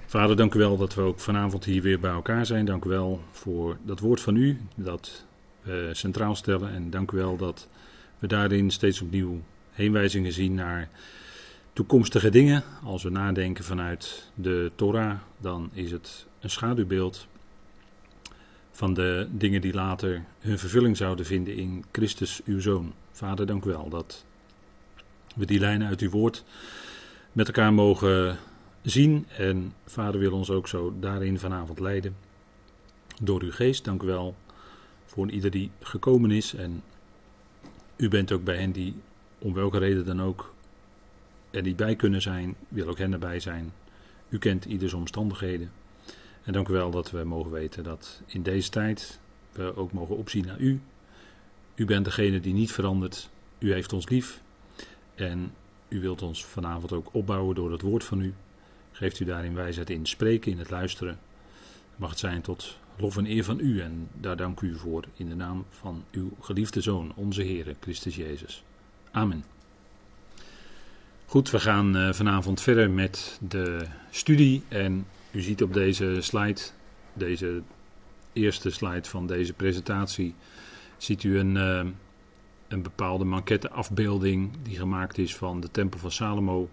Vader, dank u wel dat we ook vanavond hier weer bij elkaar zijn. Dank u wel voor dat woord van u, dat we centraal stellen. En dank u wel dat we daarin steeds opnieuw heenwijzingen zien naar toekomstige dingen. Als we nadenken vanuit de Torah, dan is het een schaduwbeeld van de dingen die later hun vervulling zouden vinden in Christus, uw Zoon. Vader, dank u wel dat we die lijnen uit uw woord met elkaar mogen zien. En Vader wil ons ook zo daarin vanavond leiden door uw geest. Dank u wel voor ieder die gekomen is. En u bent ook bij hen die om welke reden dan ook er niet bij kunnen zijn. Wil ook hen erbij zijn. U kent ieders omstandigheden. En dank u wel dat we mogen weten dat in deze tijd we ook mogen opzien naar u. U bent degene die niet verandert. U heeft ons lief. En u wilt ons vanavond ook opbouwen door het woord van u. Geeft u daarin wijsheid in het spreken, in het luisteren. Mag het zijn tot lof en eer van u. En daar dank u voor in de naam van uw geliefde Zoon, onze Heere, Christus Jezus. Amen. Goed, we gaan vanavond verder met de studie. En u ziet op deze slide, deze eerste slide van deze presentatie, ziet u een bepaalde maquette afbeelding die gemaakt is van de tempel van Salomo.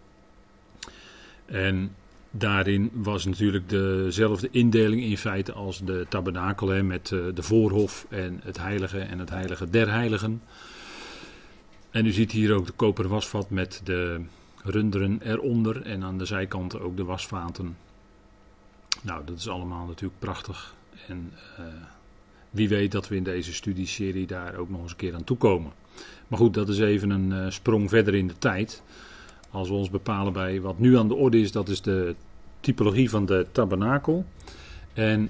En daarin was natuurlijk dezelfde indeling in feite als de tabernakel, met de voorhof en het heilige der heiligen. En u ziet hier ook de koperen wasvat met de runderen eronder en aan de zijkanten ook de wasvaten. Nou, dat is allemaal natuurlijk prachtig. En wie weet dat we in deze studieserie daar ook nog eens een keer aan toekomen. Maar goed, dat is even een sprong verder in de tijd. Als we ons bepalen bij wat nu aan de orde is, dat is de typologie van de tabernakel. En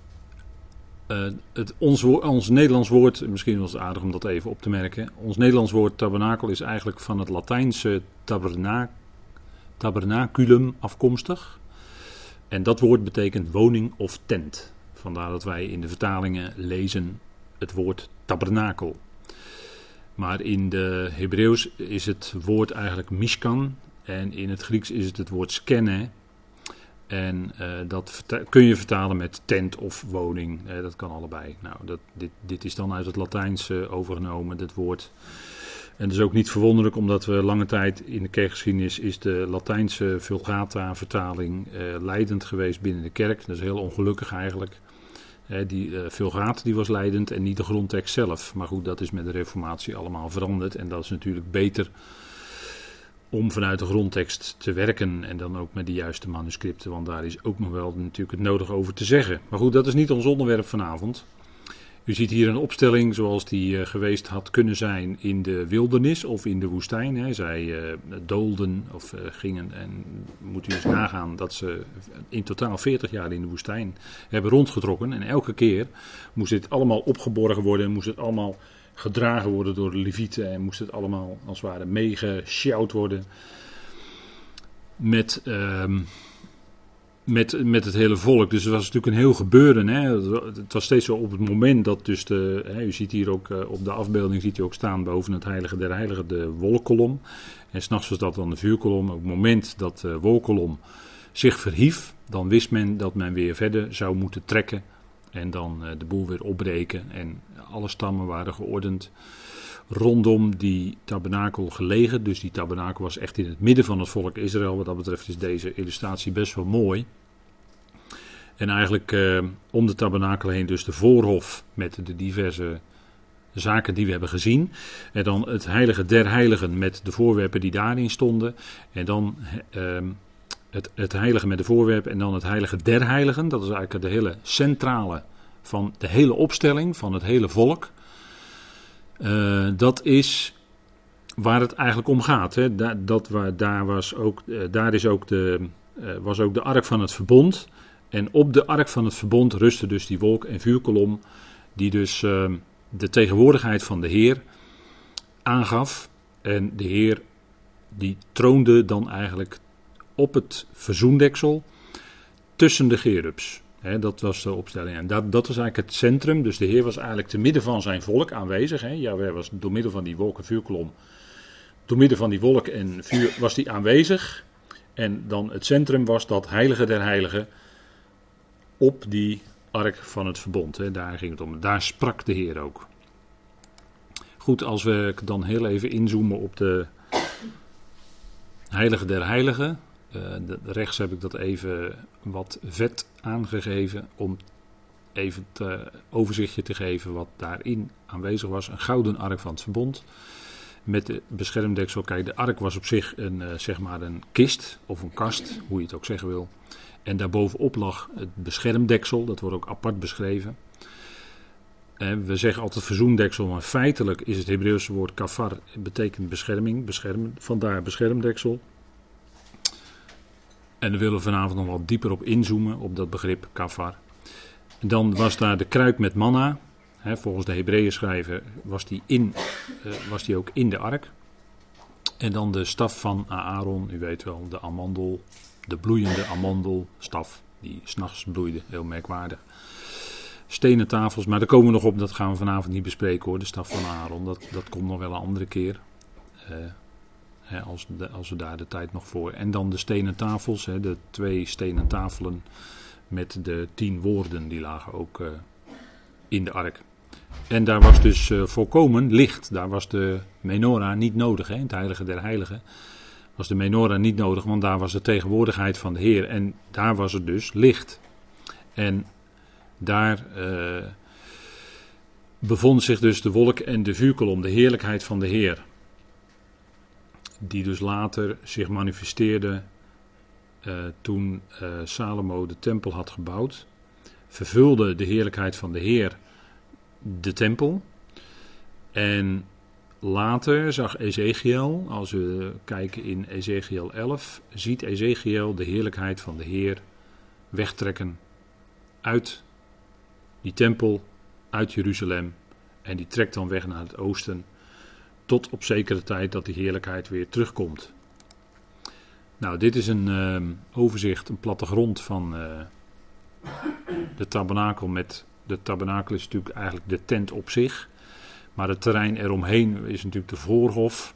ons Nederlands woord, misschien was het aardig om dat even op te merken. Ons Nederlands woord tabernakel is eigenlijk van het Latijnse tabernaculum afkomstig. En dat woord betekent woning of tent. Vandaar dat wij in de vertalingen lezen het woord tabernakel. Maar in de Hebreeuws is het woord eigenlijk mishkan. En in het Grieks is het woord skene. En dat kun je vertalen met tent of woning. Dat kan allebei. Nou, dit is dan uit het Latijns overgenomen, dit woord. En dat is ook niet verwonderlijk, omdat we lange tijd in de kerkgeschiedenis is de Latijnse Vulgata vertaling leidend geweest binnen de kerk. Dat is heel ongelukkig eigenlijk. Die Vulgate die was leidend en niet de grondtekst zelf. Maar goed, dat is met de Reformatie allemaal veranderd. En dat is natuurlijk beter om vanuit de grondtekst te werken. En dan ook met de juiste manuscripten. Want daar is ook nog wel natuurlijk het nodige over te zeggen. Maar goed, dat is niet ons onderwerp vanavond. U ziet hier een opstelling zoals die geweest had kunnen zijn in de wildernis of in de woestijn. Zij doolden of gingen, en moet u eens nagaan dat ze in totaal 40 jaar in de woestijn hebben rondgetrokken. En elke keer moest dit allemaal opgeborgen worden, moest het allemaal gedragen worden door de levieten en moest het allemaal als het ware meegesjouwd worden met het hele volk. Dus het was natuurlijk een heel gebeuren. Het was steeds zo op het moment dat dus u ziet hier ook op de afbeelding ziet u ook staan boven het heilige der heiligen de wolkkolom. En 's nachts was dat dan de vuurkolom. Op het moment dat de wolkkolom zich verhief, dan wist men dat men weer verder zou moeten trekken. En dan de boel weer opbreken. En alle stammen waren geordend rondom die tabernakel gelegen. Dus die tabernakel was echt in het midden van het volk Israël. Wat dat betreft is deze illustratie best wel mooi. En eigenlijk om de tabernakel heen dus de voorhof met de diverse zaken die we hebben gezien. En dan het heilige der heiligen met de voorwerpen die daarin stonden. En dan het heilige met de voorwerpen en dan het heilige der heiligen. Dat is eigenlijk de hele centrale van de hele opstelling van het hele volk. Dat is waar het eigenlijk om gaat. Hè. Daar was ook de ark van het verbond. En op de ark van het verbond rustte dus die wolk- en vuurkolom, die dus de tegenwoordigheid van de Heer aangaf. En de Heer die troonde dan eigenlijk op het verzoendeksel tussen de cherubs. Dat was de opstelling. En dat was eigenlijk het centrum. Dus de Heer was eigenlijk te midden van zijn volk aanwezig. Jahweh was door middel van die wolk en vuurkolom. Door middel van die wolk en vuur was hij aanwezig. En dan het centrum was dat heilige der heiligen op die ark van het verbond. Hè. Daar ging het om. Daar sprak de Heer ook. Goed, als we dan heel even inzoomen op de heilige der heiligen. Rechts heb ik dat even wat vet aangegeven om even het overzichtje te geven wat daarin aanwezig was. Een gouden ark van het verbond met de beschermdeksel. Kijk, de ark was op zich een kist of een kast, hoe je het ook zeggen wil. En daarbovenop lag het beschermdeksel, dat wordt ook apart beschreven. We zeggen altijd verzoendeksel, maar feitelijk is het Hebreeuwse woord kafar, betekent bescherming, beschermen, vandaar beschermdeksel. En daar willen we vanavond nog wat dieper op inzoomen, op dat begrip kafar. En dan was daar de kruik met manna. Volgens de Hebreeën schrijver was die ook in de ark. En dan de staf van Aaron, u weet wel, de amandel, de bloeiende amandelstaf, die 's nachts bloeide, heel merkwaardig. Stenen tafels, maar daar komen we nog op, dat gaan we vanavond niet bespreken hoor, de staf van Aaron, dat komt nog wel een andere keer. Als we daar de tijd nog voor. En dan de stenen tafels, de 2 stenen tafelen met de 10 woorden, die lagen ook in de ark. En daar was dus volkomen licht. Daar was de menorah niet nodig. In het heilige der heiligen was de menorah niet nodig, want daar was de tegenwoordigheid van de Heer. En daar was het dus licht. En daar bevond zich dus de wolk en de vuurkolom, de heerlijkheid van de Heer. Die dus later zich manifesteerde toen Salomo de tempel had gebouwd. Vervulde de heerlijkheid van de Heer de tempel. En later zag Ezechiël, als we kijken in Ezechiël 11, ziet Ezechiël de heerlijkheid van de Heer wegtrekken uit die tempel, uit Jeruzalem. En die trekt dan weg naar het oosten, tot op zekere tijd dat die heerlijkheid weer terugkomt. Nou, dit is een overzicht, een plattegrond van de tabernakel. De tabernakel is natuurlijk eigenlijk de tent op zich. Maar het terrein eromheen is natuurlijk de voorhof.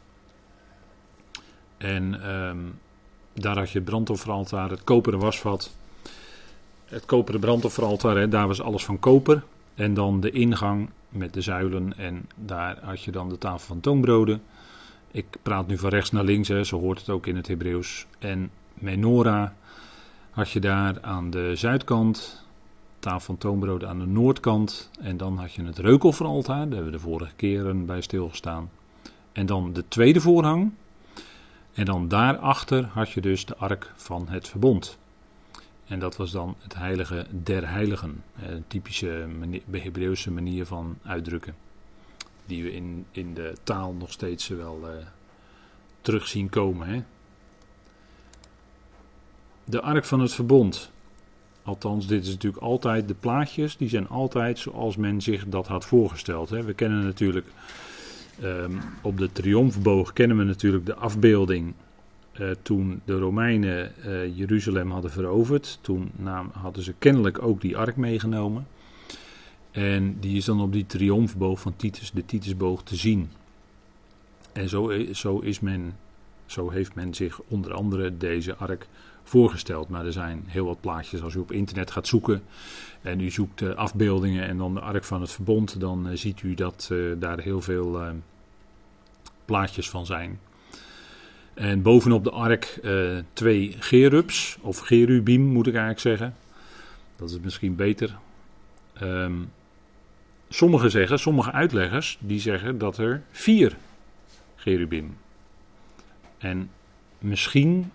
En daar had je het brandofferaltaar, het koperen wasvat. Het koperen brandofferaltaar, daar was alles van koper. En dan de ingang met de zuilen. En daar had je dan de tafel van toonbroden. Ik praat nu van rechts naar links, zo hoort het ook in het Hebreeuws. En menorah had je daar aan de zuidkant. Tafel van toonbroden aan de noordkant. En dan had je het reukofferaltaar. Daar hebben we de vorige keren bij stilgestaan. En dan de tweede voorhang. En dan daarachter had je dus de ark van het verbond. En dat was dan het heilige der heiligen. Een typische Hebreeuwse manier van uitdrukken. Die we in de taal nog steeds wel terug zien komen. Hè? De ark van het verbond. Althans, dit is natuurlijk altijd, de plaatjes, die zijn altijd zoals men zich dat had voorgesteld. Hè. We kennen natuurlijk, op de triomfboog kennen we natuurlijk de afbeelding toen de Romeinen Jeruzalem hadden veroverd. Toen hadden ze kennelijk ook die ark meegenomen. En die is dan op die triomfboog van Titus, de Titusboog, te zien. En zo heeft men zich onder andere deze ark voorgesteld. Maar er zijn heel wat plaatjes. Als u op internet gaat zoeken en u zoekt afbeeldingen en dan de ark van het verbond, dan ziet u dat daar heel veel plaatjes van zijn. En bovenop de ark 2 cherubs, of cherubim moet ik eigenlijk zeggen. Dat is misschien beter. Sommige uitleggers, die zeggen dat er 4 cherubim. En misschien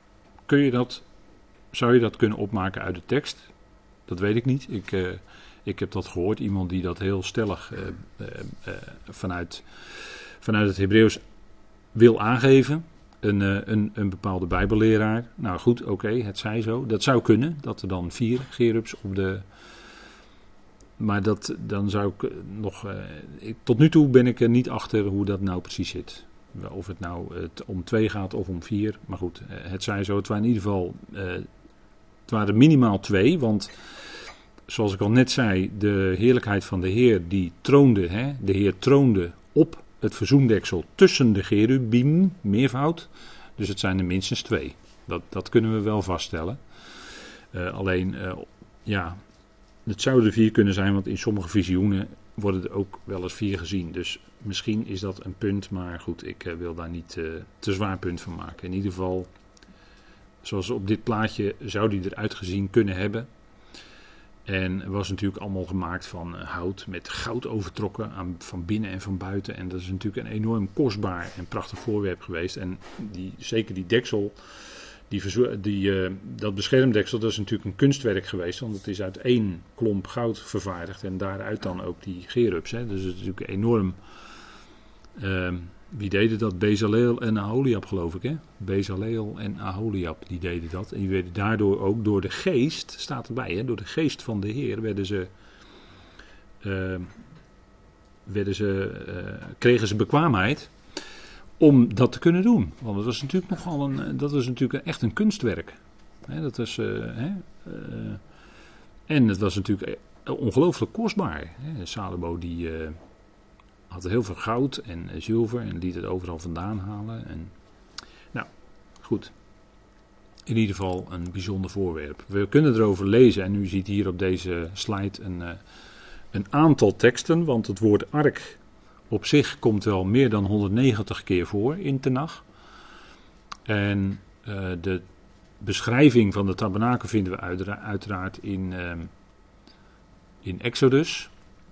zou je dat kunnen opmaken uit de tekst. Dat weet ik niet. Ik heb dat gehoord. Iemand die dat heel stellig vanuit het Hebreeuws wil aangeven. Een bepaalde bijbelleraar. Nou goed, oké, het zij zo. Dat zou kunnen, dat er dan 4 cherubs op de... Maar dan zou ik nog... tot nu toe ben ik er niet achter hoe dat nou precies zit. Of het nou om 2 gaat of om 4. Maar goed, het zij zo. Het waren in ieder geval... het waren minimaal 2, want... Zoals ik al net zei, de heerlijkheid van de Heer die troonde. De Heer troonde op het verzoendeksel tussen de cherubim, meervoud. Dus het zijn er minstens 2. Dat kunnen we wel vaststellen. Alleen, het zouden er 4 kunnen zijn, want in sommige visioenen worden er ook wel eens 4 gezien. Dus misschien is dat een punt, maar goed, ik wil daar niet te zwaar punt van maken. In ieder geval, zoals op dit plaatje zou die eruit gezien kunnen hebben. En het was natuurlijk allemaal gemaakt van hout met goud overtrokken van binnen en van buiten. En dat is natuurlijk een enorm kostbaar en prachtig voorwerp geweest. En zeker die deksel, dat beschermdeksel, dat is natuurlijk een kunstwerk geweest. Want het is uit 1 klomp goud vervaardigd en daaruit dan ook die gerubs. Hè. Dus het is natuurlijk enorm. Wie deden dat? Bezaleel en Aholiab, geloof ik. Hè? Bezaleel en Aholiab, die deden dat. En die werden daardoor ook door de geest, staat erbij, hè? Door de geest van de Heer kregen ze bekwaamheid om dat te kunnen doen. Want het was natuurlijk echt een kunstwerk. Hè? En het was natuurlijk ongelooflijk kostbaar. Hè? Salomo die had heel veel goud en zilver en liet het overal vandaan halen. Nou, goed. In ieder geval een bijzonder voorwerp. We kunnen erover lezen en u ziet hier op deze slide een aantal teksten, want het woord ark op zich komt wel meer dan 190 keer voor in Tenach. En de beschrijving van de tabernakel vinden we uiteraard in Exodus.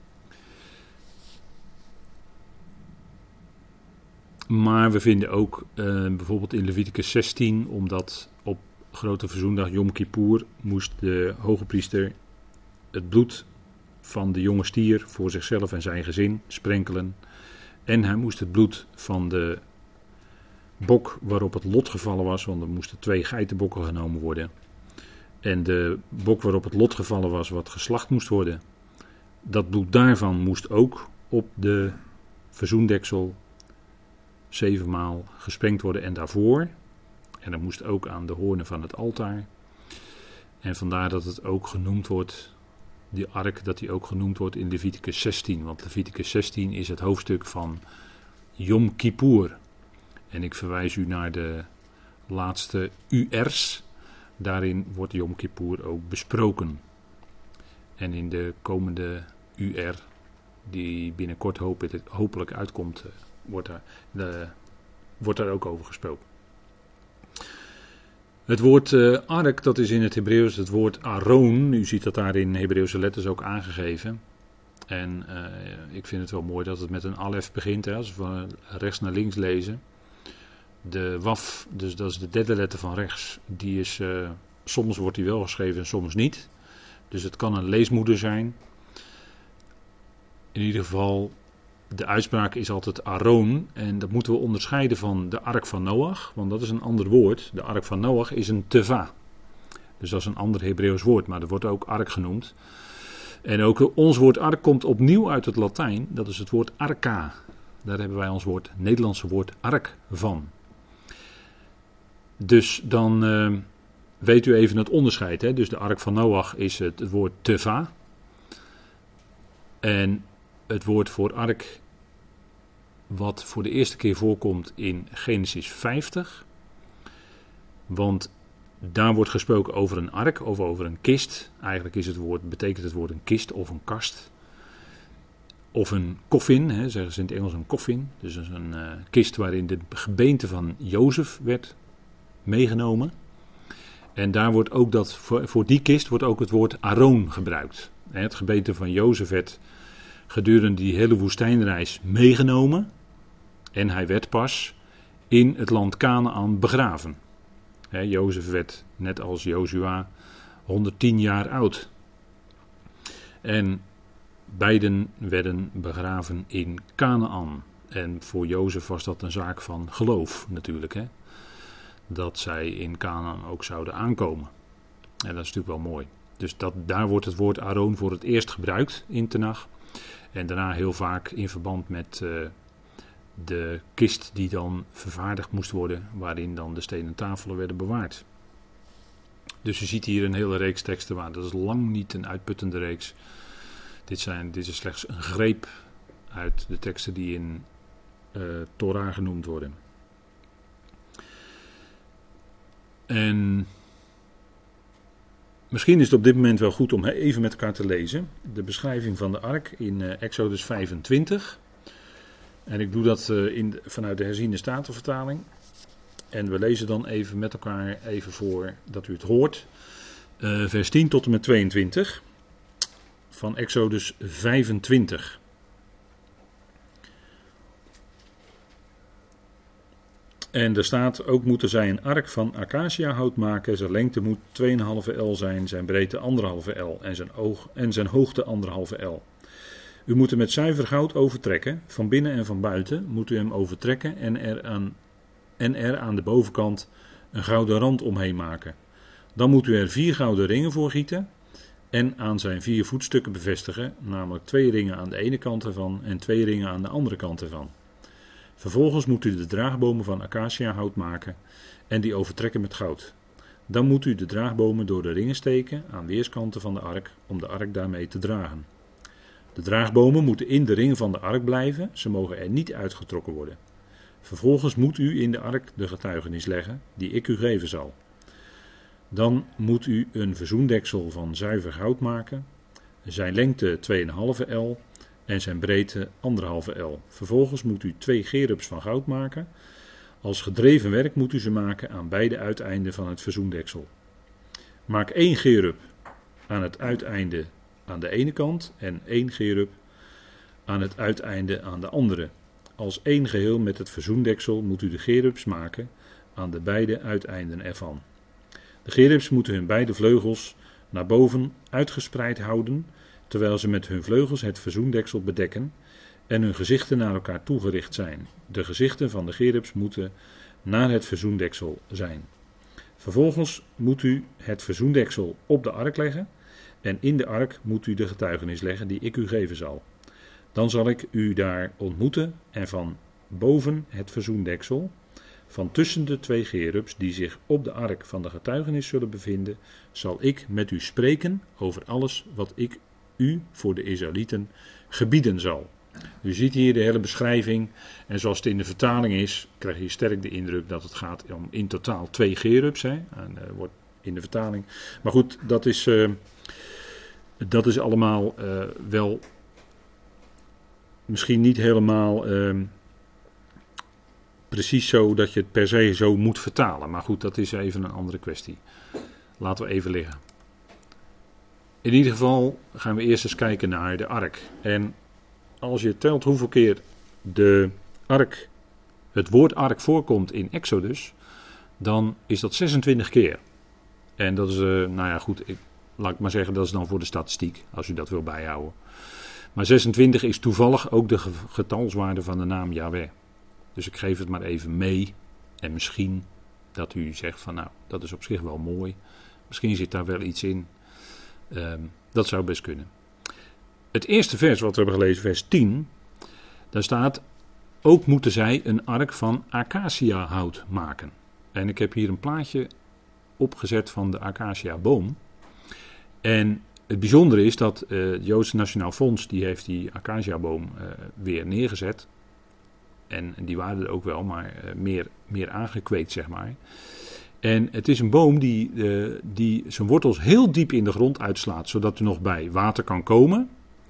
Maar we vinden ook bijvoorbeeld in Leviticus 16, omdat op Grote Verzoendag Yom Kippur moest de hoge priester het bloed van de jonge stier voor zichzelf en zijn gezin sprenkelen. En hij moest het bloed van de bok waarop het lot gevallen was, want er moesten 2 geitenbokken genomen worden. En de bok waarop het lot gevallen was, wat geslacht moest worden, dat bloed daarvan moest ook op de verzoendeksel 7 maal gesprengd worden en daarvoor. En dat moest ook aan de hoornen van het altaar. En vandaar dat het ook genoemd wordt, die ark, dat die ook genoemd wordt in Leviticus 16. Want Leviticus 16 is het hoofdstuk van Yom Kippur. En ik verwijs u naar de laatste UR's. Daarin wordt Yom Kippur ook besproken. En in de komende UR, die binnenkort hopelijk uitkomt, wordt daar ook over gesproken. Het woord ark, dat is in het Hebreeuws het woord Aaron. U ziet dat daar in Hebreeuwse letters ook aangegeven. En ik vind het wel mooi dat het met een alef begint. Hè, als we van rechts naar links lezen. De waf, dus dat is de derde letter van rechts. Die is, soms wordt die wel geschreven en soms niet. Dus het kan een leesmoeder zijn. In ieder geval, de uitspraak is altijd Aaron. En dat moeten we onderscheiden van de ark van Noach. Want dat is een ander woord. De ark van Noach is een teva. Dus dat is een ander Hebreeuws woord. Maar dat wordt ook ark genoemd. En ook ons woord ark komt opnieuw uit het Latijn. Dat is het woord arca. Daar hebben wij ons Nederlandse woord ark van. Dus dan weet u even het onderscheid. Hè? Dus de ark van Noach is het woord teva. En het woord voor ark, wat voor de eerste keer voorkomt in Genesis 50. Want daar wordt gesproken over een ark of over een kist. Eigenlijk betekent het woord een kist of een kast. Of een koffin, hè, zeggen ze in het Engels een koffin. Dus dat is een kist waarin de gebeente van Jozef werd meegenomen. En daar wordt ook voor die kist wordt ook het woord Aaron gebruikt. Het gebeente van Jozef werd gedurende die hele woestijnreis meegenomen. En hij werd pas in het land Kanaan begraven. Jozef werd, net als Jozua, 110 jaar oud. En beiden werden begraven in Kanaan. En voor Jozef was dat een zaak van geloof natuurlijk. Hè? Dat zij in Kanaan ook zouden aankomen. En dat is natuurlijk wel mooi. Dus daar wordt het woord Aaron voor het eerst gebruikt in Tenach. En daarna heel vaak in verband met de kist die dan vervaardigd moest worden, waarin dan de stenen tafelen werden bewaard. Dus je ziet hier een hele reeks teksten, maar dat is lang niet een uitputtende reeks. Dit is slechts een greep uit de teksten die in Torah genoemd worden. En misschien is het op dit moment wel goed om even met elkaar te lezen. De beschrijving van de ark in Exodus 25. En ik doe dat vanuit de herziene statenvertaling. En we lezen dan even met elkaar even voor dat u het hoort. Vers 10 tot en met 22 van Exodus 25. En er staat, ook moeten zij een ark van acaciahout maken. Zijn lengte moet 2,5 el zijn, zijn breedte 1,5 el en zijn hoogte 1,5 el. U moet hem met zuiver goud overtrekken, van binnen en van buiten moet u hem overtrekken en er aan de bovenkant een gouden rand omheen maken. Dan moet u er 4 gouden ringen voor gieten en aan zijn 4 voetstukken bevestigen, namelijk 2 ringen aan de ene kant ervan en 2 ringen aan de andere kant ervan. Vervolgens moet u de draagbomen van acaciahout maken en die overtrekken met goud. Dan moet u de draagbomen door de ringen steken aan weerskanten van de ark om de ark daarmee te dragen. De draagbomen moeten in de ring van de ark blijven, ze mogen er niet uitgetrokken worden. Vervolgens moet u in de ark de getuigenis leggen die ik u geven zal. Dan moet u een verzoendeksel van zuiver goud maken, zijn lengte 2,5 el en zijn breedte 1,5 el. Vervolgens moet u 2 gerubs van goud maken. Als gedreven werk moet u ze maken aan beide uiteinden van het verzoendeksel. Maak 1 gerub aan het uiteinde aan de ene kant en 1 gerub aan het uiteinde aan de andere. Als één geheel met het verzoendeksel moet u de gerubs maken aan de beide uiteinden ervan. De gerubs moeten hun beide vleugels naar boven uitgespreid houden, terwijl ze met hun vleugels het verzoendeksel bedekken en hun gezichten naar elkaar toegericht zijn. De gezichten van de gerubs moeten naar het verzoendeksel zijn. Vervolgens moet u het verzoendeksel op de ark leggen en in de ark moet u de getuigenis leggen die ik u geven zal. Dan zal ik u daar ontmoeten en van boven het verzoendeksel, van tussen de 2 gerubs die zich op de ark van de getuigenis zullen bevinden, zal ik met u spreken over alles wat ik u voor de Israëlieten gebieden zal. U ziet hier de hele beschrijving en zoals het in de vertaling is, krijg je sterk de indruk dat het gaat om in totaal 2 gerubs. Wordt in de vertaling. Maar goed, dat is allemaal wel misschien niet helemaal precies zo dat je het per se zo moet vertalen. Maar goed, dat is even een andere kwestie. Laten we even liggen. In ieder geval gaan we eerst eens kijken naar de ark. En als je telt hoeveel keer het woord ark voorkomt in Exodus, dan is dat 26 keer. En dat is, laat ik maar zeggen, dat is dan voor de statistiek, als u dat wil bijhouden. Maar 26 is toevallig ook de getalswaarde van de naam Yahweh. Dus ik geef het maar even mee. En misschien dat u zegt van nou, dat is op zich wel mooi. Misschien zit daar wel iets in. Dat zou best kunnen. Het eerste vers wat we hebben gelezen, vers 10. Daar staat, ook moeten zij een ark van acaciahout maken. En ik heb hier een plaatje opgezet van de acaciaboom. En het bijzondere is dat het Joodse Nationaal Fonds, die heeft die acaciaboom weer neergezet. En die waren er ook wel, maar meer aangekweekt, zeg maar. En het is een boom die zijn wortels heel diep in de grond uitslaat, zodat er nog bij water kan komen.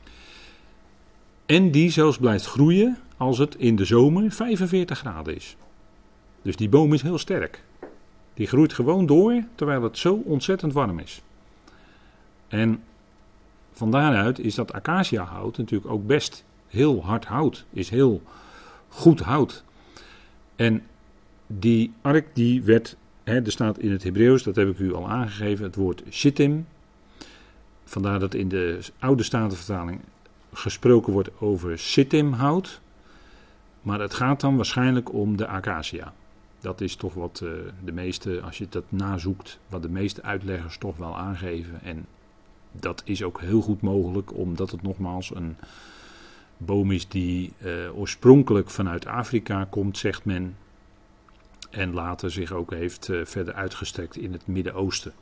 En die zelfs blijft groeien als het in de zomer 45 graden is. Dus die boom is heel sterk. Die groeit gewoon door, terwijl het zo ontzettend warm is. En van daaruit is dat acaciahout natuurlijk ook best heel hard hout. Is heel goed hout. En die ark die werd, er staat in het Hebreeuws, dat heb ik u al aangegeven, het woord shittim. Vandaar dat in de oude Statenvertaling gesproken wordt over shittimhout. Maar het gaat dan waarschijnlijk om de acacia. Dat is toch wat de meeste, als je dat nazoekt, wat de meeste uitleggers toch wel aangeven. En dat is ook heel goed mogelijk, omdat het nogmaals een boom is die oorspronkelijk vanuit Afrika komt, zegt men. En later zich ook heeft verder uitgestrekt in het Midden-Oosten.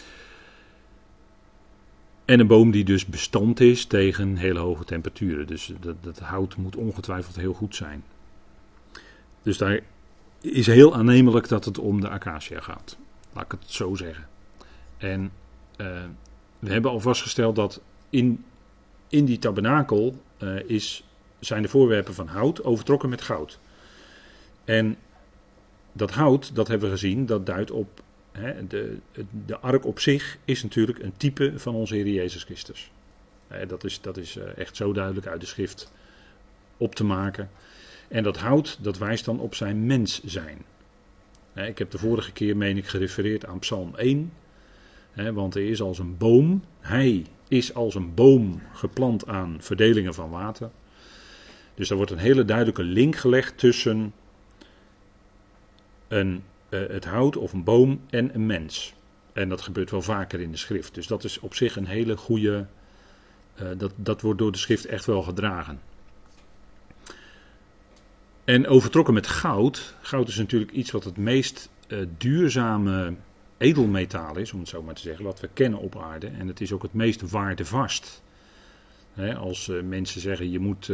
En een boom die dus bestand is tegen hele hoge temperaturen. Dus dat hout moet ongetwijfeld heel goed zijn. Dus daar is heel aannemelijk dat het om de acacia gaat. Laat ik het zo zeggen. En we hebben al vastgesteld dat in die tabernakel zijn de voorwerpen van hout overtrokken met goud. En dat hout, dat hebben we gezien, dat duidt op, de ark op zich is natuurlijk een type van onze Heer Jezus Christus. Dat is echt zo duidelijk uit de schrift op te maken. En dat hout, dat wijst dan op zijn mens zijn. Ik heb de vorige keer, meen ik, gerefereerd aan Psalm 1. Want hij is als een boom. Hij is als een boom geplant aan verdelingen van water. Dus daar wordt een hele duidelijke link gelegd tussen het hout of een boom en een mens. En dat gebeurt wel vaker in de schrift. Dus dat is op zich een hele goede. Dat wordt door de schrift echt wel gedragen. En overtrokken met goud. Goud is natuurlijk iets wat het meest duurzame edelmetaal is, om het zo maar te zeggen, wat we kennen op aarde. En het is ook het meest waardevast. Als mensen zeggen, je moet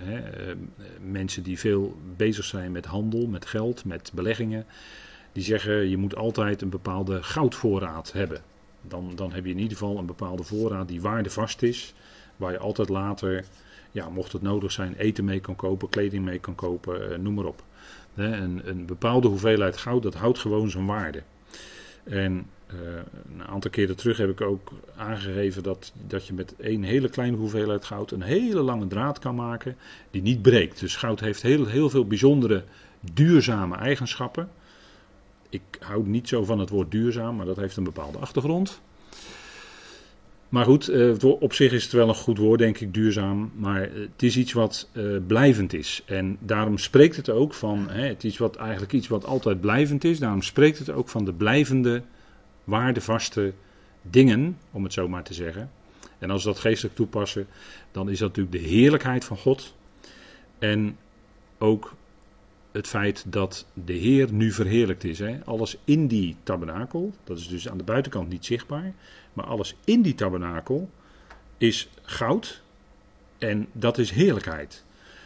mensen die veel bezig zijn met handel, met geld, met beleggingen, die zeggen je moet altijd een bepaalde goudvoorraad hebben. Dan heb je in ieder geval een bepaalde voorraad die waardevast is, waar je altijd later, mocht het nodig zijn, eten mee kan kopen, kleding mee kan kopen, noem maar op. Een bepaalde hoeveelheid goud, dat houdt gewoon zijn waarde. En een aantal keren terug heb ik ook aangegeven dat je met een hele kleine hoeveelheid goud een hele lange draad kan maken die niet breekt. Dus goud heeft heel veel bijzondere duurzame eigenschappen. Ik hou niet zo van het woord duurzaam, maar dat heeft een bepaalde achtergrond. Maar goed, op zich is het wel een goed woord, denk ik, duurzaam. Maar het is iets wat blijvend is. En daarom spreekt het ook van, het is eigenlijk iets wat altijd blijvend is. Daarom spreekt het ook van de blijvende, waardevaste dingen, om het zo maar te zeggen. En als we dat geestelijk toepassen, dan is dat natuurlijk de heerlijkheid van God. En ook het feit dat de Heer nu verheerlijkt is. Alles in die tabernakel, dat is dus aan de buitenkant niet zichtbaar. Maar alles in die tabernakel is goud en dat is heerlijkheid.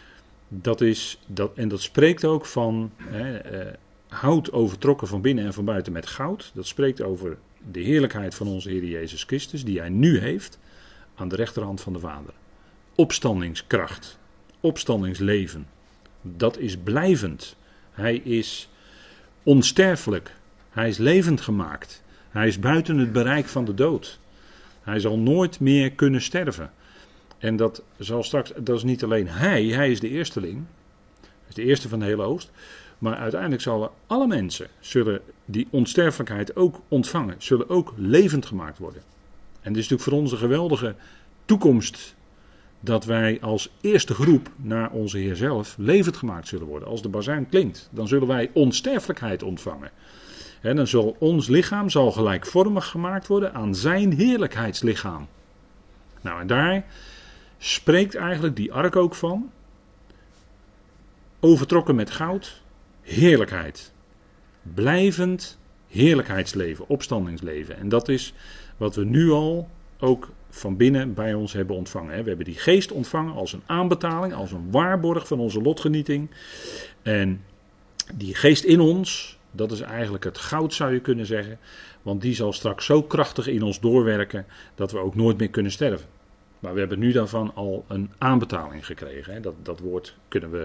En dat spreekt ook van hout overtrokken van binnen en van buiten met goud. Dat spreekt over de heerlijkheid van onze Heer Jezus Christus, die hij nu heeft aan de rechterhand van de Vader. Opstandingskracht, opstandingsleven, dat is blijvend. Hij is onsterfelijk, hij is levend gemaakt. Hij is buiten het bereik van de dood. Hij zal nooit meer kunnen sterven. En dat is niet alleen hij is de eersteling. Hij is de eerste van de hele oost. Maar uiteindelijk zullen alle mensen die onsterfelijkheid ook ontvangen. Zullen ook levend gemaakt worden. En dit is natuurlijk voor ons een geweldige toekomst. Dat wij als eerste groep naar onze Heer zelf levend gemaakt zullen worden. Als de bazuin klinkt, dan zullen wij onsterfelijkheid ontvangen. En dan zal ons lichaam gelijkvormig gemaakt worden aan zijn heerlijkheidslichaam. Nou, en daar spreekt eigenlijk die ark ook van. Overtrokken met goud, heerlijkheid. Blijvend heerlijkheidsleven, opstandingsleven. En dat is wat we nu al ook van binnen bij ons hebben ontvangen. We hebben die geest ontvangen als een aanbetaling, als een waarborg van onze lotgenieting. En die geest in ons, dat is eigenlijk het goud, zou je kunnen zeggen. Want die zal straks zo krachtig in ons doorwerken dat we ook nooit meer kunnen sterven. Maar we hebben nu daarvan al een aanbetaling gekregen. Dat woord kunnen we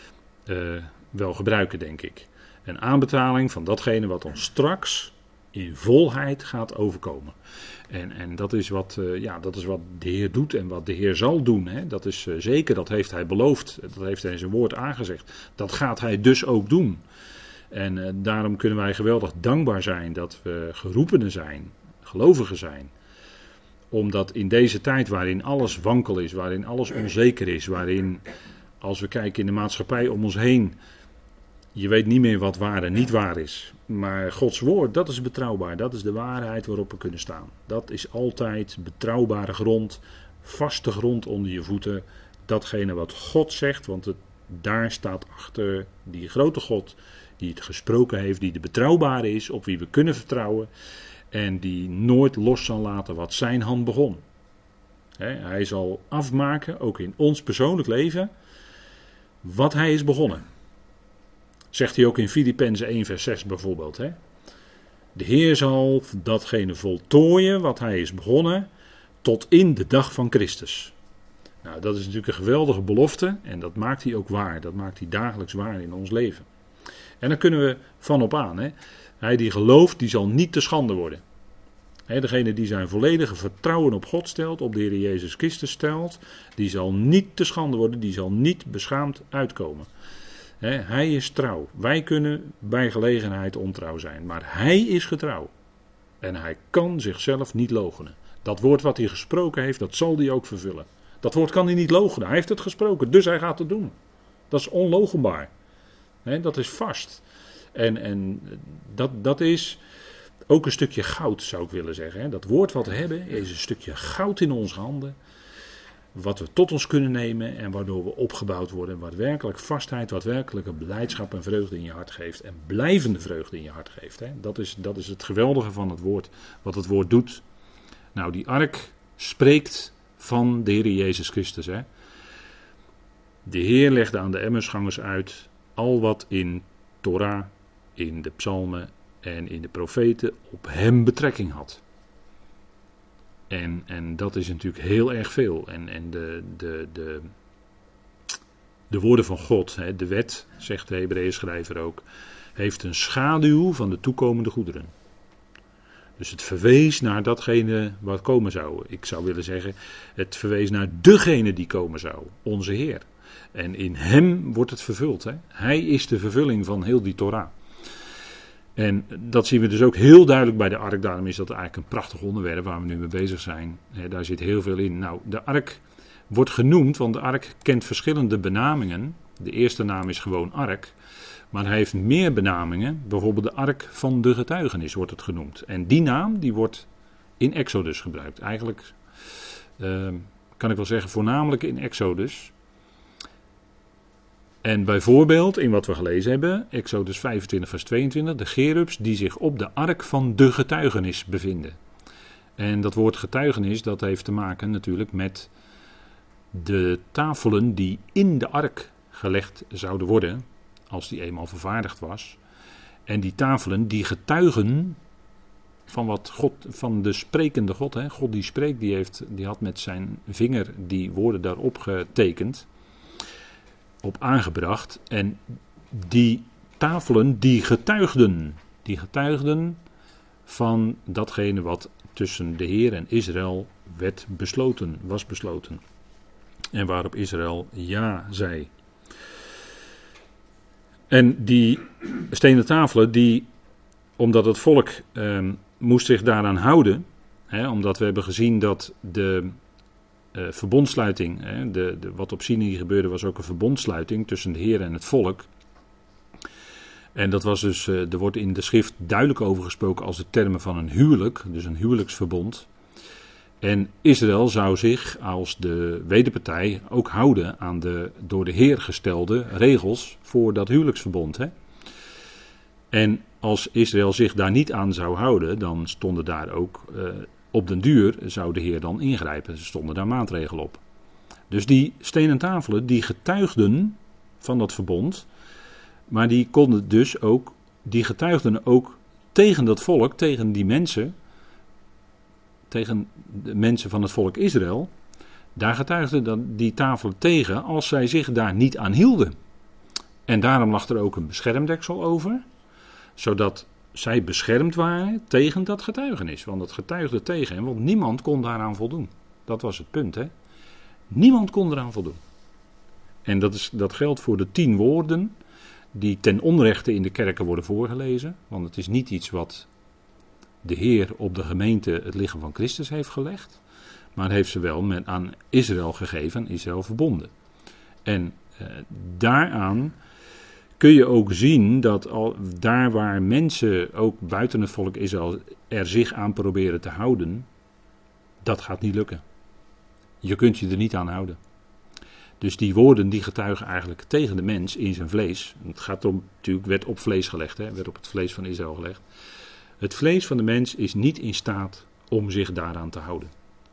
wel gebruiken, denk ik. Een aanbetaling van datgene wat ons straks in volheid gaat overkomen. En dat is wat de Heer doet en wat de Heer zal doen. Dat is zeker, dat heeft hij beloofd. Dat heeft hij in zijn woord aangezegd. Dat gaat hij dus ook doen. En daarom kunnen wij geweldig dankbaar zijn dat we geroepenen zijn, gelovigen zijn. Omdat in deze tijd waarin alles wankel is, waarin alles onzeker is, waarin, als we kijken in de maatschappij om ons heen, je weet niet meer wat waar en niet waar is. Maar Gods woord, dat is betrouwbaar. Dat is de waarheid waarop we kunnen staan. Dat is altijd betrouwbare grond, vaste grond onder je voeten. Datgene wat God zegt, want daar staat achter die grote God die het gesproken heeft, die de betrouwbare is, op wie we kunnen vertrouwen. En die nooit los zal laten wat zijn hand begon. Hij zal afmaken, ook in ons persoonlijk leven, wat hij is begonnen. Zegt hij ook in Filippenzen 1 vers 6 bijvoorbeeld. De Heer zal datgene voltooien wat hij is begonnen tot in de dag van Christus. Nou, dat is natuurlijk een geweldige belofte en dat maakt hij ook waar. Dat maakt hij dagelijks waar in ons leven. En daar kunnen we van op aan. Hè? Hij die gelooft, die zal niet te schande worden. Degene die zijn volledige vertrouwen op God stelt, op de Heer Jezus Christus stelt, die zal niet te schande worden, die zal niet beschaamd uitkomen. Hij is trouw. Wij kunnen bij gelegenheid ontrouw zijn, maar hij is getrouw. En hij kan zichzelf niet loochenen. Dat woord wat hij gesproken heeft, dat zal hij ook vervullen. Dat woord kan hij niet loochenen. Hij heeft het gesproken, dus hij gaat het doen. Dat is onloochenbaar. Dat is vast. En dat is ook een stukje goud, zou ik willen zeggen. Dat woord wat we hebben is een stukje goud in onze handen. Wat we tot ons kunnen nemen en waardoor we opgebouwd worden. Wat werkelijk vastheid, wat werkelijke blijdschap en vreugde in je hart geeft. En blijvende vreugde in je hart geeft. Dat is het geweldige van het woord. Wat het woord doet. Nou, die ark spreekt van de Heer Jezus Christus. De Heer legde aan de Emmausgangers uit al wat in Torah, in de psalmen en in de profeten op hem betrekking had. En dat is natuurlijk heel erg veel. En de woorden van God, de wet, zegt de Hebreeënschrijver ook, heeft een schaduw van de toekomende goederen. Dus het verwees naar datgene wat komen zou. Ik zou willen zeggen, het verwees naar degene die komen zou, onze Heer. En in hem wordt het vervuld. Hij is de vervulling van heel die Torah. En dat zien we dus ook heel duidelijk bij de ark. Daarom is dat eigenlijk een prachtig onderwerp waar we nu mee bezig zijn. Daar zit heel veel in. Nou, de ark wordt genoemd, want de ark kent verschillende benamingen. De eerste naam is gewoon ark. Maar hij heeft meer benamingen. Bijvoorbeeld de ark van de getuigenis wordt het genoemd. En die naam die wordt in Exodus gebruikt. Eigenlijk kan ik wel zeggen voornamelijk in Exodus. En bijvoorbeeld in wat we gelezen hebben, Exodus 25 vers 22, de cherubs die zich op de ark van de getuigenis bevinden. En dat woord getuigenis, dat heeft te maken natuurlijk met de tafelen die in de ark gelegd zouden worden, als die eenmaal vervaardigd was. En die tafelen die getuigen van wat God, van de sprekende God, God die spreekt, die had met zijn vinger die woorden daarop getekend, op aangebracht. En die tafelen die getuigden van datgene wat tussen de Heer en Israël was besloten. En waarop Israël ja zei. En die stenen tafelen, omdat het volk moest zich daaraan houden, omdat we hebben gezien dat de verbondsluiting, wat op Sinai gebeurde was ook een verbondsluiting tussen de Heer en het volk. En dat was dus, er wordt in de schrift duidelijk over gesproken als de termen van een huwelijk, dus een huwelijksverbond. En Israël zou zich als de wederpartij ook houden aan de door de Heer gestelde regels voor dat huwelijksverbond. En als Israël zich daar niet aan zou houden, dan stonden daar ook op den duur zou de Heer dan ingrijpen. Er stonden daar maatregelen op. Dus die stenen tafelen, die getuigden van dat verbond, maar die getuigden ook tegen dat volk, tegen die mensen, tegen de mensen van het volk Israël. Daar getuigden dan die tafelen tegen als zij zich daar niet aan hielden. En daarom lag er ook een beschermdeksel over, zodat zij beschermd waren tegen dat getuigenis. Want het getuigde tegen hen, want niemand kon daaraan voldoen. Dat was het punt, Niemand kon eraan voldoen. En dat geldt voor de 10 woorden die ten onrechte in de kerken worden voorgelezen. Want het is niet iets wat de Heer op de gemeente het lichaam van Christus heeft gelegd. Maar heeft ze wel aan Israël gegeven, Israël verbonden. En daaraan kun je ook zien dat daar waar mensen, ook buiten het volk Israël, er zich aan proberen te houden, dat gaat niet lukken. Je kunt je er niet aan houden. Dus die woorden die getuigen eigenlijk tegen de mens in zijn vlees. Het gaat om, natuurlijk werd op vlees gelegd, werd op het vlees van Israël gelegd. Het vlees van de mens is niet in staat om zich daaraan te houden.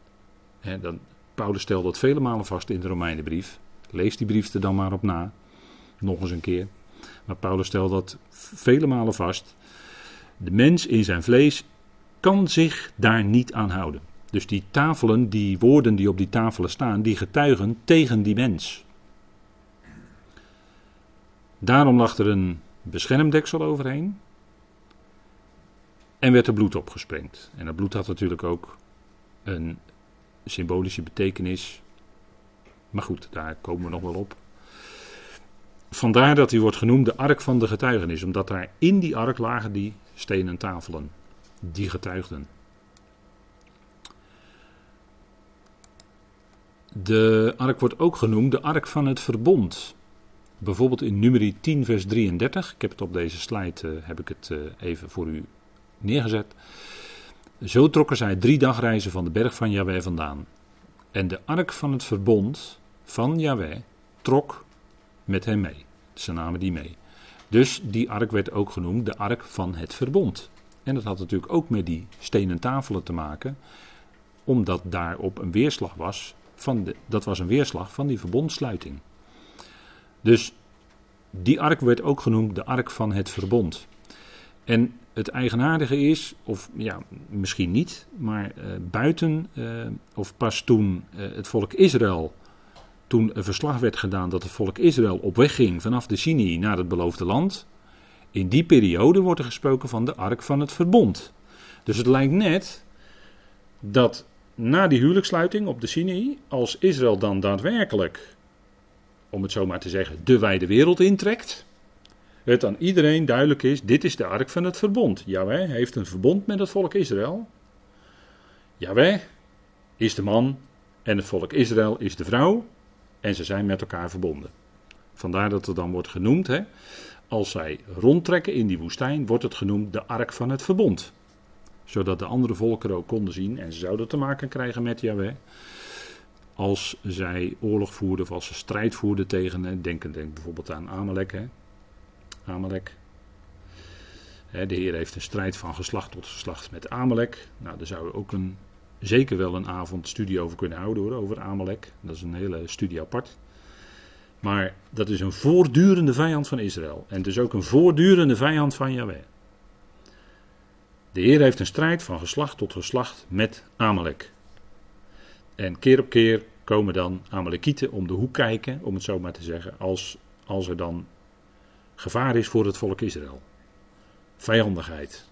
Paulus stelt dat vele malen vast in de Romeinenbrief. Lees die brief er dan maar op na. Nog eens een keer. Maar Paulus stelt dat vele malen vast. De mens in zijn vlees kan zich daar niet aan houden. Dus die tafelen, die woorden die op die tafelen staan, die getuigen tegen die mens. Daarom lag er een beschermdeksel overheen en werd er bloed opgesprengd. En dat bloed had natuurlijk ook een symbolische betekenis. Maar goed, daar komen we nog wel op. Vandaar dat hij wordt genoemd de ark van de getuigenis. Omdat daar in die ark lagen die stenen tafelen. Die getuigden. De ark wordt ook genoemd de ark van het verbond. Bijvoorbeeld in Numeri 10 vers 33. Ik heb het op deze slide even voor u neergezet. Zo trokken zij 3 dagreizen van de berg van Jahweh vandaan. En de ark van het verbond van Jahweh trok met hem mee. Ze namen die mee. Dus die ark werd ook genoemd de ark van het verbond. En dat had natuurlijk ook met die stenen tafelen te maken. Omdat daarop een weerslag was. Dat was een weerslag van die verbondsluiting. Dus die ark werd ook genoemd de ark van het verbond. En het eigenaardige is, of ja, misschien niet, maar of pas toen het volk Israël, toen een verslag werd gedaan dat het volk Israël op weg ging vanaf de Sinai naar het beloofde land, in die periode wordt er gesproken van de ark van het verbond. Dus het lijkt net dat na die huwelijkssluiting op de Sinai, als Israël dan daadwerkelijk, om het zo maar te zeggen, de wijde wereld intrekt, het aan iedereen duidelijk is, dit is de ark van het verbond. Jahweh heeft een verbond met het volk Israël. Jahweh is de man en het volk Israël is de vrouw en ze zijn met elkaar verbonden. Vandaar dat het dan wordt genoemd, als zij rondtrekken in die woestijn, wordt het genoemd de ark van het verbond. Zodat de andere volken ook konden zien en ze zouden te maken krijgen met Jahweh. Als zij oorlog voerden of als ze strijd voerden tegen, denk bijvoorbeeld aan Amalek. Amalek. De Heer heeft een strijd van geslacht tot geslacht met Amalek. Nou, daar zouden we ook zeker wel een avond studie over kunnen houden, over Amalek. Dat is een hele studie apart. Maar dat is een voortdurende vijand van Israël. En dus ook een voortdurende vijand van Jahweh. De Heer heeft een strijd van geslacht tot geslacht met Amalek. En keer op keer komen dan Amalekieten om de hoek kijken, om het zo maar te zeggen, als er dan gevaar is voor het volk Israël. Vijandigheid.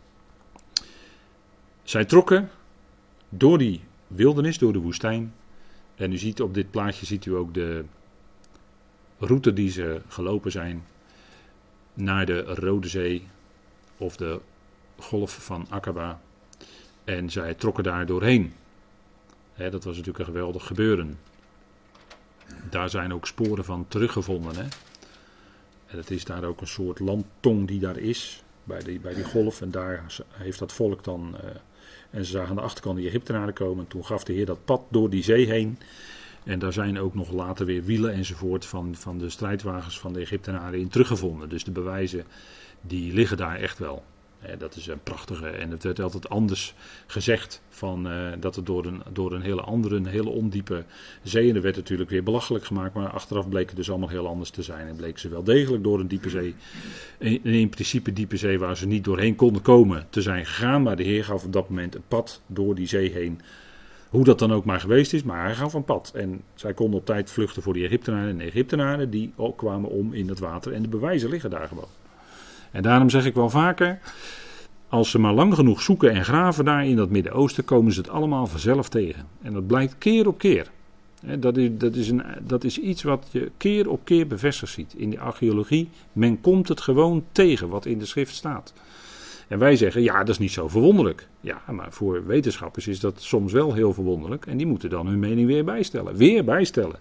Zij trokken door die wildernis, door de woestijn. En u ziet op dit plaatje ziet u ook de route die ze gelopen zijn naar de Rode Zee of de golf van Akaba. En zij trokken daar doorheen. Dat was natuurlijk een geweldig gebeuren. Daar zijn ook sporen van teruggevonden. En het is daar ook een soort landtong die daar is, bij die golf. En daar heeft dat volk dan, en ze zagen aan de achterkant de Egyptenaren komen. En toen gaf de Heer dat pad door die zee heen. En daar zijn ook nog later weer wielen enzovoort van de strijdwagens van de Egyptenaren in teruggevonden. Dus de bewijzen, die liggen daar echt wel. Dat is een prachtige, en het werd altijd anders gezegd dat het door een hele andere, een hele ondiepe zee, en er werd natuurlijk weer belachelijk gemaakt, maar achteraf bleek het dus allemaal heel anders te zijn en bleek ze wel degelijk door een diepe zee, in principe diepe zee waar ze niet doorheen konden komen, te zijn gegaan, maar de Heer gaf op dat moment een pad door die zee heen. Hoe dat dan ook maar geweest is, maar hij gaf een pad. En zij konden op tijd vluchten voor die Egyptenaren. En de Egyptenaren die ook kwamen om in het water. En de bewijzen liggen daar gewoon. En daarom zeg ik wel vaker, als ze maar lang genoeg zoeken en graven daar in dat Midden-Oosten, komen ze het allemaal vanzelf tegen. En dat blijkt keer op keer. Dat is iets wat je keer op keer bevestigd ziet. In de archeologie, men komt het gewoon tegen wat in de schrift staat. En wij zeggen, ja, dat is niet zo verwonderlijk. Ja, maar voor wetenschappers is dat soms wel heel verwonderlijk. En die moeten dan hun mening weer bijstellen. Weer bijstellen.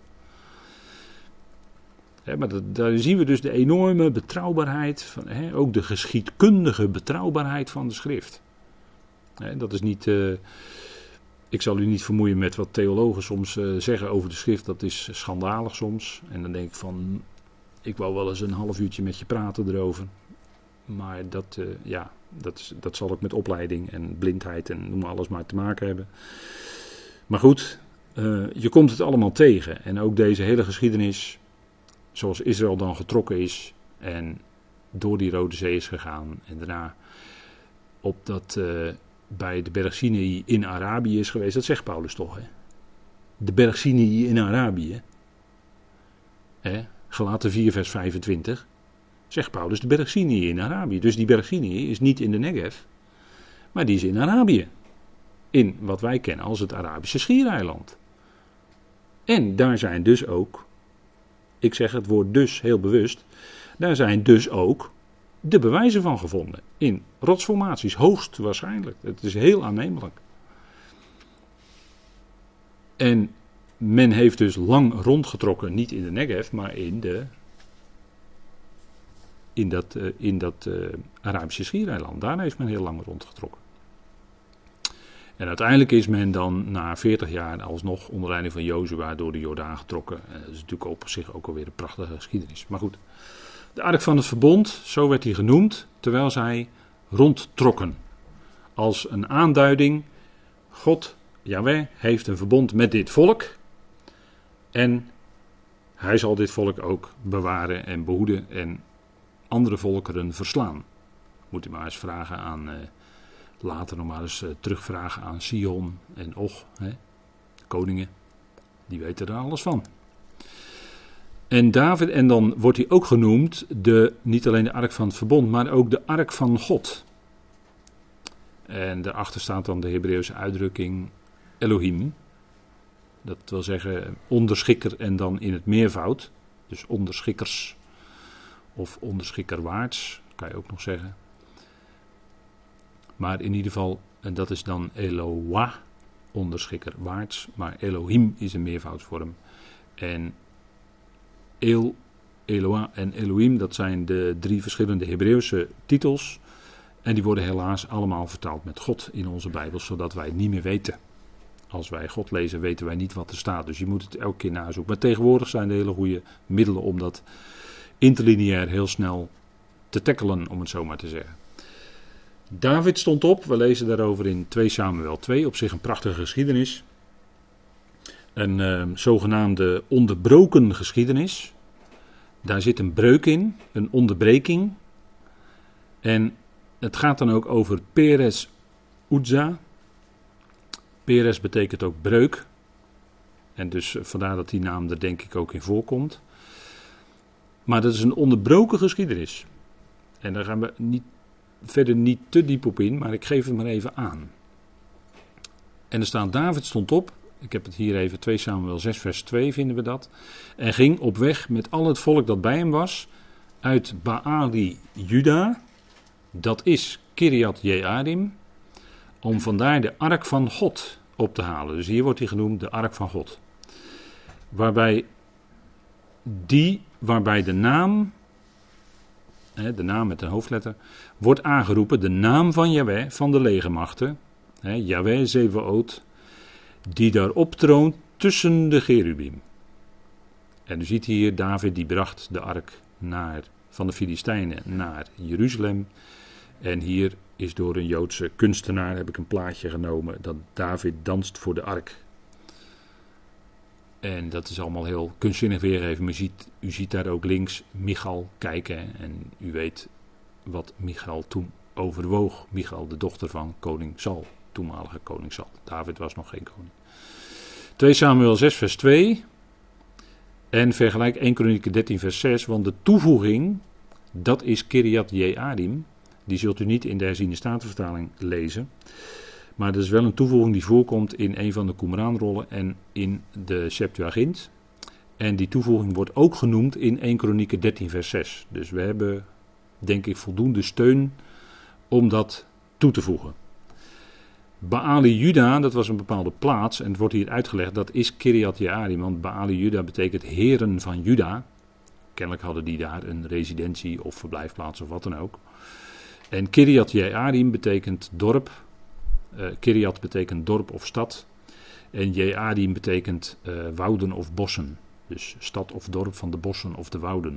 Maar daar zien we dus de enorme betrouwbaarheid, ook de geschiedkundige betrouwbaarheid van de schrift. Dat is niet, ik zal u niet vermoeien met wat theologen soms zeggen over de schrift, dat is schandalig soms. En dan denk ik van, ik wou wel eens een half uurtje met je praten erover. Maar dat zal ook met opleiding en blindheid en noem maar alles maar te maken hebben. Maar goed, je komt het allemaal tegen. En ook deze hele geschiedenis, zoals Israël dan getrokken is en door die Rode Zee is gegaan en daarna bij de berg Sinaï in Arabië is geweest. Dat zegt Paulus toch, hè? De berg Sinaï in Arabië. Hè? Galaten 4 vers 25. Zegt Paulus de berg Sinaï in Arabië. Dus die berg Sinaï is niet in de Negev. Maar die is in Arabië. In wat wij kennen als het Arabische Schiereiland. En daar zijn dus ook, ik zeg het woord dus heel bewust, daar zijn dus ook de bewijzen van gevonden. In rotsformaties, hoogstwaarschijnlijk. Het is heel aannemelijk. En men heeft dus lang rondgetrokken, niet in de Negev, maar in dat Arabische Schiereiland. Daar heeft men heel lang rondgetrokken. En uiteindelijk is men dan na 40 jaar alsnog onder leiding van Jozua door de Jordaan getrokken. En dat is natuurlijk op zich ook alweer een prachtige geschiedenis. Maar goed, de Ark van het Verbond, zo werd hij genoemd, terwijl zij rondtrokken. Als een aanduiding, God, Jahweh, heeft een verbond met dit volk. En hij zal dit volk ook bewaren en behoeden en andere volkeren verslaan. Moet u maar eens vragen aan... Later nog maar eens terugvragen aan Sion en Och, hè, koningen, die weten er alles van. En David, en dan wordt hij ook genoemd, niet alleen de Ark van het Verbond, maar ook de Ark van God. En daarachter staat dan de Hebreeuwse uitdrukking Elohim. Dat wil zeggen onderschikker en dan in het meervoud. Dus onderschikkers of onderschikkerwaarts, kan je ook nog zeggen. Maar in ieder geval, en dat is dan Eloah, onderschikkerwaarts. Maar Elohim is een meervoudsvorm. En Eloah en Elohim, dat zijn de 3 verschillende Hebreeuwse titels. En die worden helaas allemaal vertaald met God in onze Bijbel, zodat wij het niet meer weten. Als wij God lezen, weten wij niet wat er staat. Dus je moet het elke keer nazoeken. Maar tegenwoordig zijn er hele goede middelen om dat interlineair heel snel te tackelen, om het zo maar te zeggen. David stond op, we lezen daarover in 2 Samuel 2, op zich een prachtige geschiedenis. Een zogenaamde onderbroken geschiedenis. Daar zit een breuk in, een onderbreking. En het gaat dan ook over Peres Uzza. Peres betekent ook breuk. En dus vandaar dat die naam er denk ik ook in voorkomt. Maar dat is een onderbroken geschiedenis. En daar gaan we verder niet te diep op in, maar ik geef het maar even aan. En er staat, David stond op, ik heb het hier even, 2 Samuel 6 vers 2 vinden we dat, en ging op weg met al het volk dat bij hem was, uit Baali Juda, dat is Kiriat Jearim, om vandaar de Ark van God op te halen. Dus hier wordt hij genoemd de Ark van God. Waarbij de naam met een hoofdletter, wordt aangeroepen, de naam van Jahweh, van de legermachten, Jahweh Zebaot, die daar optroont tussen de cherubim. En u ziet hier, David die bracht de ark van de Filistijnen naar Jeruzalem. En hier is door een Joodse kunstenaar, heb ik een plaatje genomen, dat David danst voor de ark. En dat is allemaal heel kunstzinnig weergegeven. Maar u ziet daar ook links Michal kijken. En u weet wat Michal toen overwoog. Michal, de dochter van koning Saul. Toenmalige koning Saul. David was nog geen koning. 2 Samuel 6 vers 2. En vergelijk 1 Kronieken 13 vers 6. Want de toevoeging, dat is Kiriat Jearim. Die zult u niet in de herziene statenvertaling lezen. Maar dat is wel een toevoeging die voorkomt in een van de Qumran-rollen en in de Septuagint. En die toevoeging wordt ook genoemd in 1 Kronieken 13 vers 6. Dus we hebben, denk ik, voldoende steun om dat toe te voegen. Baali Juda, dat was een bepaalde plaats, en het wordt hier uitgelegd, dat is Kiriat Jearim, want Baali Juda betekent heren van Juda. Kennelijk hadden die daar een residentie of verblijfplaats of wat dan ook. En Kiriat Jearim betekent dorp. Kiriat betekent dorp of stad. En Jearim betekent wouden of bossen. Dus stad of dorp van de bossen of de wouden.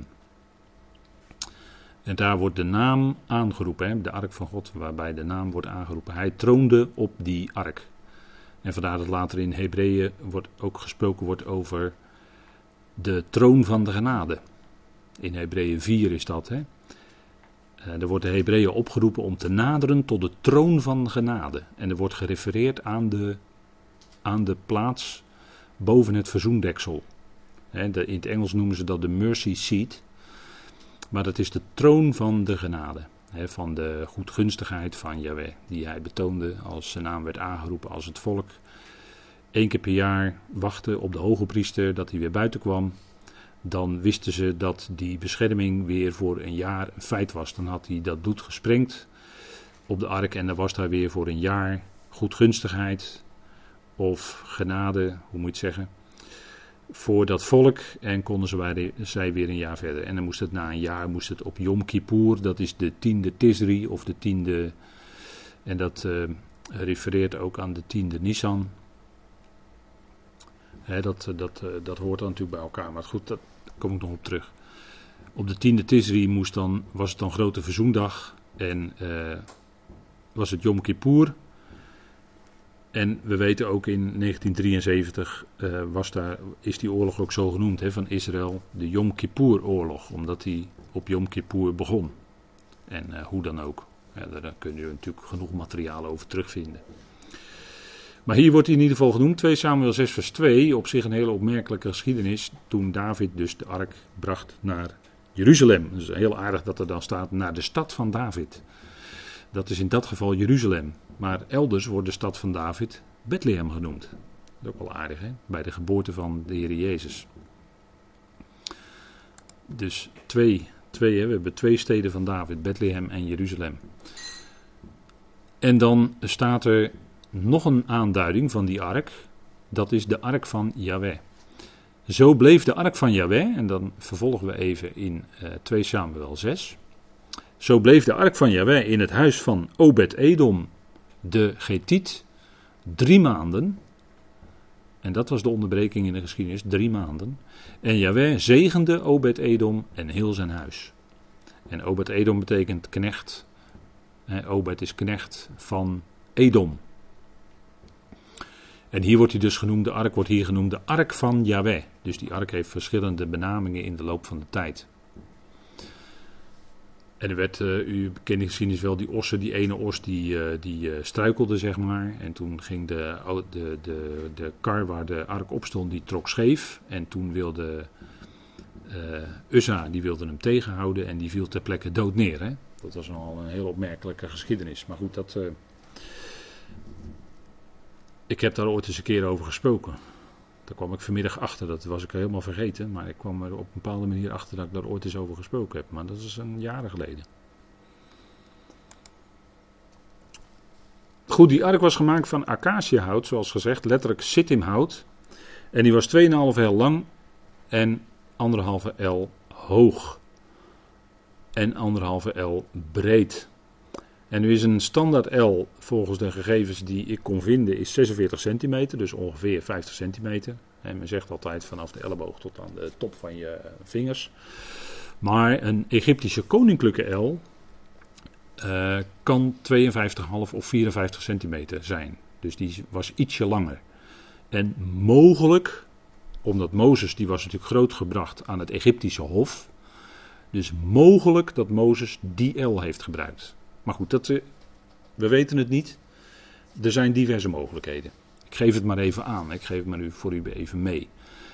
En daar wordt de naam aangeroepen, de ark van God, waarbij de naam wordt aangeroepen. Hij troonde op die ark. En vandaar dat later in Hebreeën ook gesproken wordt over de troon van de genade. In Hebreeën 4 is dat. Er wordt de Hebreeën opgeroepen om te naderen tot de troon van genade. En er wordt gerefereerd aan de plaats boven het verzoendeksel. In het Engels noemen ze dat de mercy seat. Maar dat is de troon van de genade. Van de goedgunstigheid van Yahweh. Die hij betoonde als zijn naam werd aangeroepen als het volk 1 keer per jaar wachtte op de hoge priester dat hij weer buiten kwam. Dan wisten ze dat die bescherming weer voor een jaar een feit was. Dan had hij dat bloed gesprengd op de ark en dan was daar weer voor een jaar goedgunstigheid of genade, hoe moet je het zeggen, voor dat volk en konden zij weer een jaar verder. En dan moest het na een jaar op Yom Kippur, dat is de 10e Tisri of de 10e, en dat refereert ook aan de 10e Nisan. Dat hoort dan natuurlijk bij elkaar, maar goed, daar kom ik nog op terug. Op de 10e Tisri was het dan grote verzoendag en was het Yom Kippur. En we weten ook in 1973 is die oorlog ook zo genoemd van Israël, de Yom Kippur-oorlog, omdat die op Yom Kippur begon. En hoe dan ook, daar kun je natuurlijk genoeg materiaal over terugvinden. Maar hier wordt hij in ieder geval genoemd, 2 Samuel 6 vers 2, op zich een hele opmerkelijke geschiedenis, toen David dus de ark bracht naar Jeruzalem. Dus heel aardig dat er dan staat naar de stad van David. Dat is in dat geval Jeruzalem. Maar elders wordt de stad van David Bethlehem genoemd. Dat is ook wel aardig, bij de geboorte van de Heer Jezus. Dus we hebben 2 steden van David, Bethlehem en Jeruzalem. En dan staat er nog een aanduiding van die ark. Dat is de ark van Yahweh. Zo bleef de ark van Yahweh, en dan vervolgen we even in 2 Samuel 6. Zo bleef de ark van Yahweh in het huis van Obed-Edom, de Getiet, 3 maanden. En dat was de onderbreking in de geschiedenis, 3 maanden. En Yahweh zegende Obed-Edom en heel zijn huis. En Obed-Edom betekent knecht. Obed is knecht van Edom. En hier wordt hij dus genoemd, de ark wordt hier genoemd de ark van Yahweh. Dus die ark heeft verschillende benamingen in de loop van de tijd. En er werd, u kent de geschiedenis wel, die ene os die struikelde, zeg maar. En toen ging de kar waar de ark op stond, die trok scheef. En toen wilde Uzza, die wilde hem tegenhouden en die viel ter plekke dood neer. Hè? Dat was al een heel opmerkelijke geschiedenis. Maar goed, ik heb daar ooit eens een keer over gesproken. Daar kwam ik vanmiddag achter, dat was ik helemaal vergeten. Maar ik kwam er op een bepaalde manier achter dat ik daar ooit eens over gesproken heb. Maar dat is een jaren geleden. Goed, die ark was gemaakt van acaciahout, zoals gezegd, letterlijk sittimhout. En die was 2,5 el lang en 1,5 el hoog. En 1,5 el breed. En nu is een standaard L, volgens de gegevens die ik kon vinden, is 46 centimeter, dus ongeveer 50 centimeter. En men zegt altijd vanaf de elleboog tot aan de top van je vingers. Maar een Egyptische koninklijke L kan 52,5 of 54 centimeter zijn. Dus die was ietsje langer. En mogelijk, omdat Mozes, die was natuurlijk grootgebracht aan het Egyptische hof. Dus mogelijk dat Mozes die L heeft gebruikt. Maar goed, we weten het niet. Er zijn diverse mogelijkheden. Ik geef het maar even aan. Ik geef het maar voor u even mee.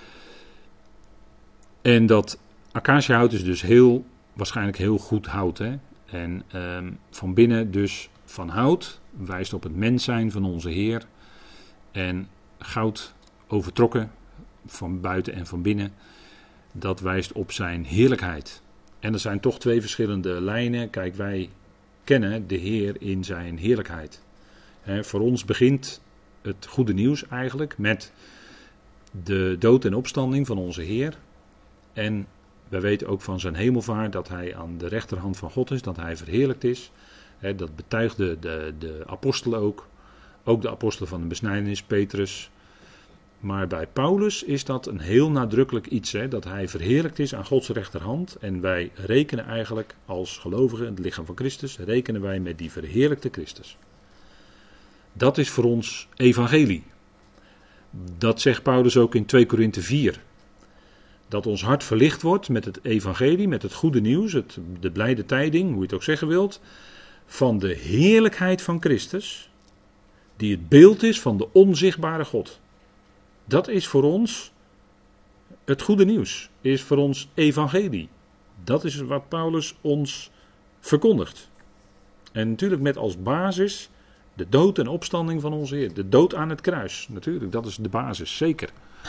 En dat acaciahout is dus waarschijnlijk heel goed hout. Hè? En van binnen dus van hout wijst op het mens zijn van onze Heer. En goud overtrokken van buiten en van binnen. Dat wijst op zijn heerlijkheid. En er zijn toch 2 verschillende lijnen. Kijk, wij kennen de Heer in zijn heerlijkheid. Voor ons begint het goede nieuws eigenlijk met de dood en opstanding van onze Heer. En wij weten ook van zijn hemelvaart dat hij aan de rechterhand van God is, dat hij verheerlijkt is. Dat betuigde de apostelen ook. Ook de apostel van de besnijdenis, Petrus. Maar bij Paulus is dat een heel nadrukkelijk iets, dat hij verheerlijkt is aan Gods rechterhand. En wij rekenen eigenlijk als gelovigen, het lichaam van Christus, rekenen wij met die verheerlijkte Christus. Dat is voor ons evangelie. Dat zegt Paulus ook in 2 Korinthe 4. Dat ons hart verlicht wordt met het evangelie, met het goede nieuws, de blijde tijding, hoe je het ook zeggen wilt, van de heerlijkheid van Christus, die het beeld is van de onzichtbare God. Dat is voor ons het goede nieuws, is voor ons evangelie. Dat is wat Paulus ons verkondigt. En natuurlijk met als basis de dood en opstanding van onze Heer. De dood aan het kruis, natuurlijk, dat is de basis, zeker.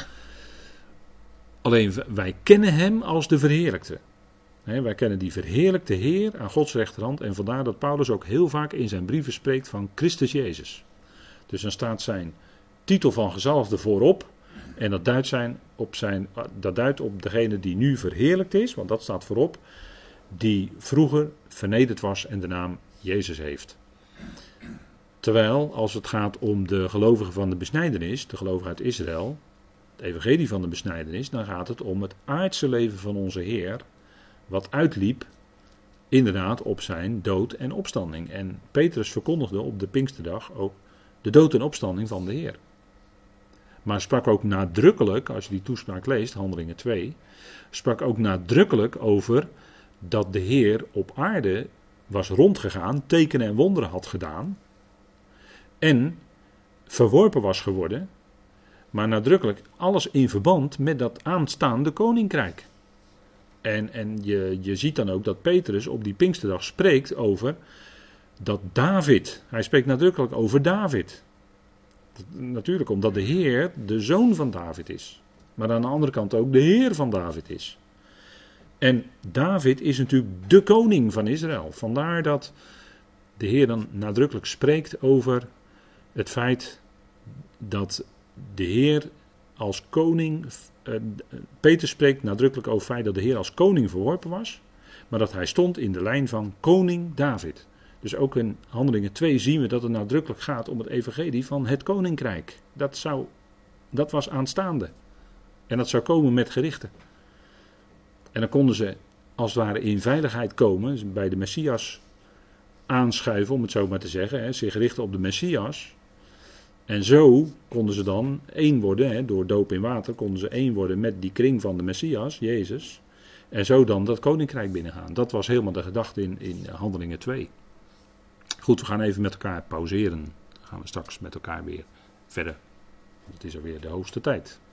Alleen wij kennen hem als de verheerlijkte. Wij kennen die verheerlijkte Heer aan Gods rechterhand. En vandaar dat Paulus ook heel vaak in zijn brieven spreekt van Christus Jezus. Dus dan staat zijn titel van gezalfde voorop. En dat duidt op degene die nu verheerlijkt is. Want dat staat voorop. Die vroeger vernederd was en de naam Jezus heeft. Terwijl als het gaat om de gelovigen van de besnijdenis. De gelovigen uit Israël. Het evangelie van de besnijdenis. Dan gaat het om het aardse leven van onze Heer. Wat uitliep inderdaad op zijn dood en opstanding. En Petrus verkondigde op de Pinksterdag ook de dood en opstanding van de Heer. Maar sprak ook nadrukkelijk, als je die toespraak leest, Handelingen 2, sprak ook nadrukkelijk over dat de Heer op aarde was rondgegaan, tekenen en wonderen had gedaan en verworpen was geworden, maar nadrukkelijk alles in verband met dat aanstaande koninkrijk. En je ziet dan ook dat Petrus op die Pinksterdag spreekt over dat David, hij spreekt nadrukkelijk over David. Natuurlijk omdat de Heer de zoon van David is. Maar aan de andere kant ook de Heer van David is. En David is natuurlijk de koning van Israël. Vandaar dat de Heer dan nadrukkelijk spreekt over het feit dat de Heer als koning... Petrus spreekt nadrukkelijk over het feit dat de Heer als koning verworpen was. Maar dat hij stond in de lijn van koning David. Dus ook in Handelingen 2 zien we dat het nadrukkelijk gaat om het evangelie van het koninkrijk. Dat was aanstaande. En dat zou komen met gerichten. En dan konden ze als het ware in veiligheid komen, bij de Messias aanschuiven, om het zo maar te zeggen, zich richten op de Messias. En zo konden ze dan één worden, door doop in water, konden ze één worden met die kring van de Messias, Jezus. En zo dan dat koninkrijk binnengaan. Dat was helemaal de gedachte in Handelingen 2. Goed, we gaan even met elkaar pauzeren. Dan gaan we straks met elkaar weer verder. Het is alweer de hoogste tijd.